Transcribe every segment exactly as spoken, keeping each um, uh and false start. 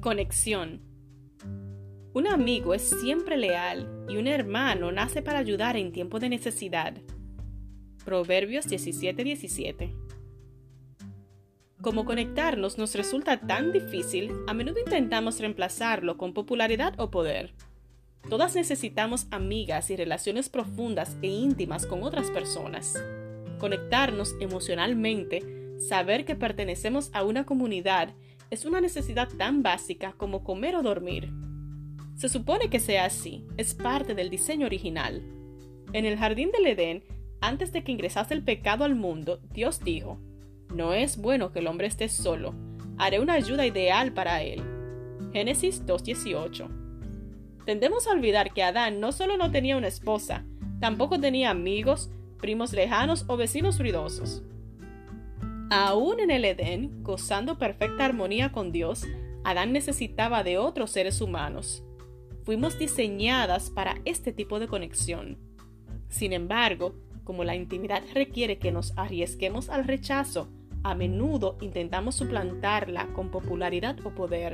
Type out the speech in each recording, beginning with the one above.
Conexión. Un amigo es siempre leal y un hermano nace para ayudar en tiempo de necesidad. Proverbios diecisiete diecisiete. Como conectarnos nos resulta tan difícil, a menudo intentamos reemplazarlo con popularidad o poder. Todas necesitamos amigas y relaciones profundas e íntimas con otras personas. Conectarnos emocionalmente, saber que pertenecemos a una comunidad, es una necesidad tan básica como comer o dormir. Se supone que sea así, es parte del diseño original. En el jardín del Edén, antes de que ingresase el pecado al mundo, Dios dijo: «No es bueno que el hombre esté solo, haré una ayuda ideal para él». Génesis dos dieciocho. Tendemos a olvidar que Adán no solo no tenía una esposa, tampoco tenía amigos, primos lejanos o vecinos ruidosos. Aún en el Edén, gozando perfecta armonía con Dios, Adán necesitaba de otros seres humanos. Fuimos diseñadas para este tipo de conexión. Sin embargo, como la intimidad requiere que nos arriesguemos al rechazo, a menudo intentamos suplantarla con popularidad o poder.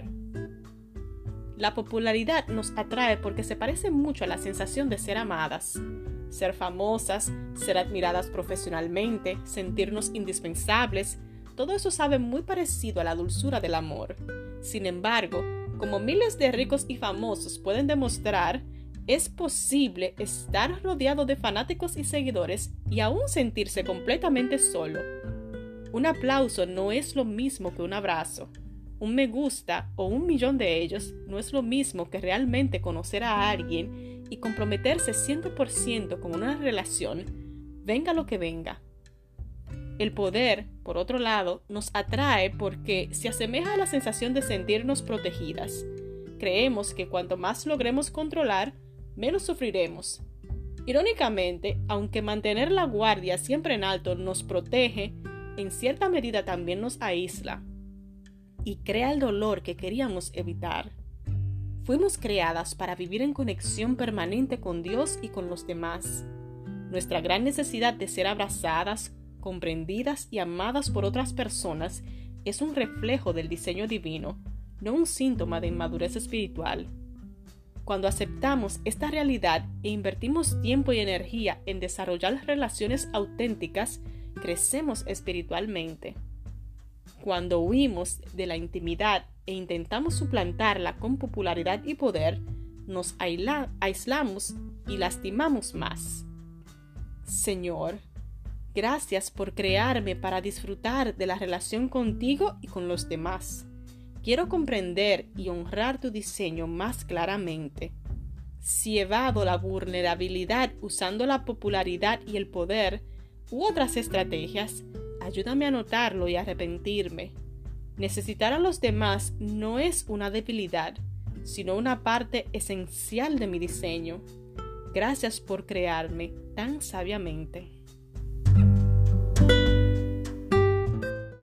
La popularidad nos atrae porque se parece mucho a la sensación de ser amadas. Ser famosas, ser admiradas profesionalmente, sentirnos indispensables, todo eso sabe muy parecido a la dulzura del amor. Sin embargo, como miles de ricos y famosos pueden demostrar, es posible estar rodeado de fanáticos y seguidores y aún sentirse completamente solo. Un aplauso no es lo mismo que un abrazo. Un me gusta o un millón de ellos no es lo mismo que realmente conocer a alguien y comprometerse cien por ciento con una relación, venga lo que venga. El poder, por otro lado, nos atrae porque se asemeja a la sensación de sentirnos protegidas. Creemos que cuanto más logremos controlar, menos sufriremos. Irónicamente, aunque mantener la guardia siempre en alto nos protege, en cierta medida también nos aísla y crea el dolor que queríamos evitar. Fuimos creadas para vivir en conexión permanente con Dios y con los demás. Nuestra gran necesidad de ser abrazadas, comprendidas y amadas por otras personas es un reflejo del diseño divino, no un síntoma de inmadurez espiritual. Cuando aceptamos esta realidad e invertimos tiempo y energía en desarrollar relaciones auténticas, crecemos espiritualmente. Cuando huimos de la intimidad e intentamos suplantarla con popularidad y poder, nos aisla- aislamos y lastimamos más. Señor, gracias por crearme para disfrutar de la relación contigo y con los demás. Quiero comprender y honrar tu diseño más claramente. Si evado la vulnerabilidad usando la popularidad y el poder u otras estrategias, ayúdame a notarlo y a arrepentirme. Necesitar a los demás no es una debilidad, sino una parte esencial de mi diseño. Gracias por crearme tan sabiamente.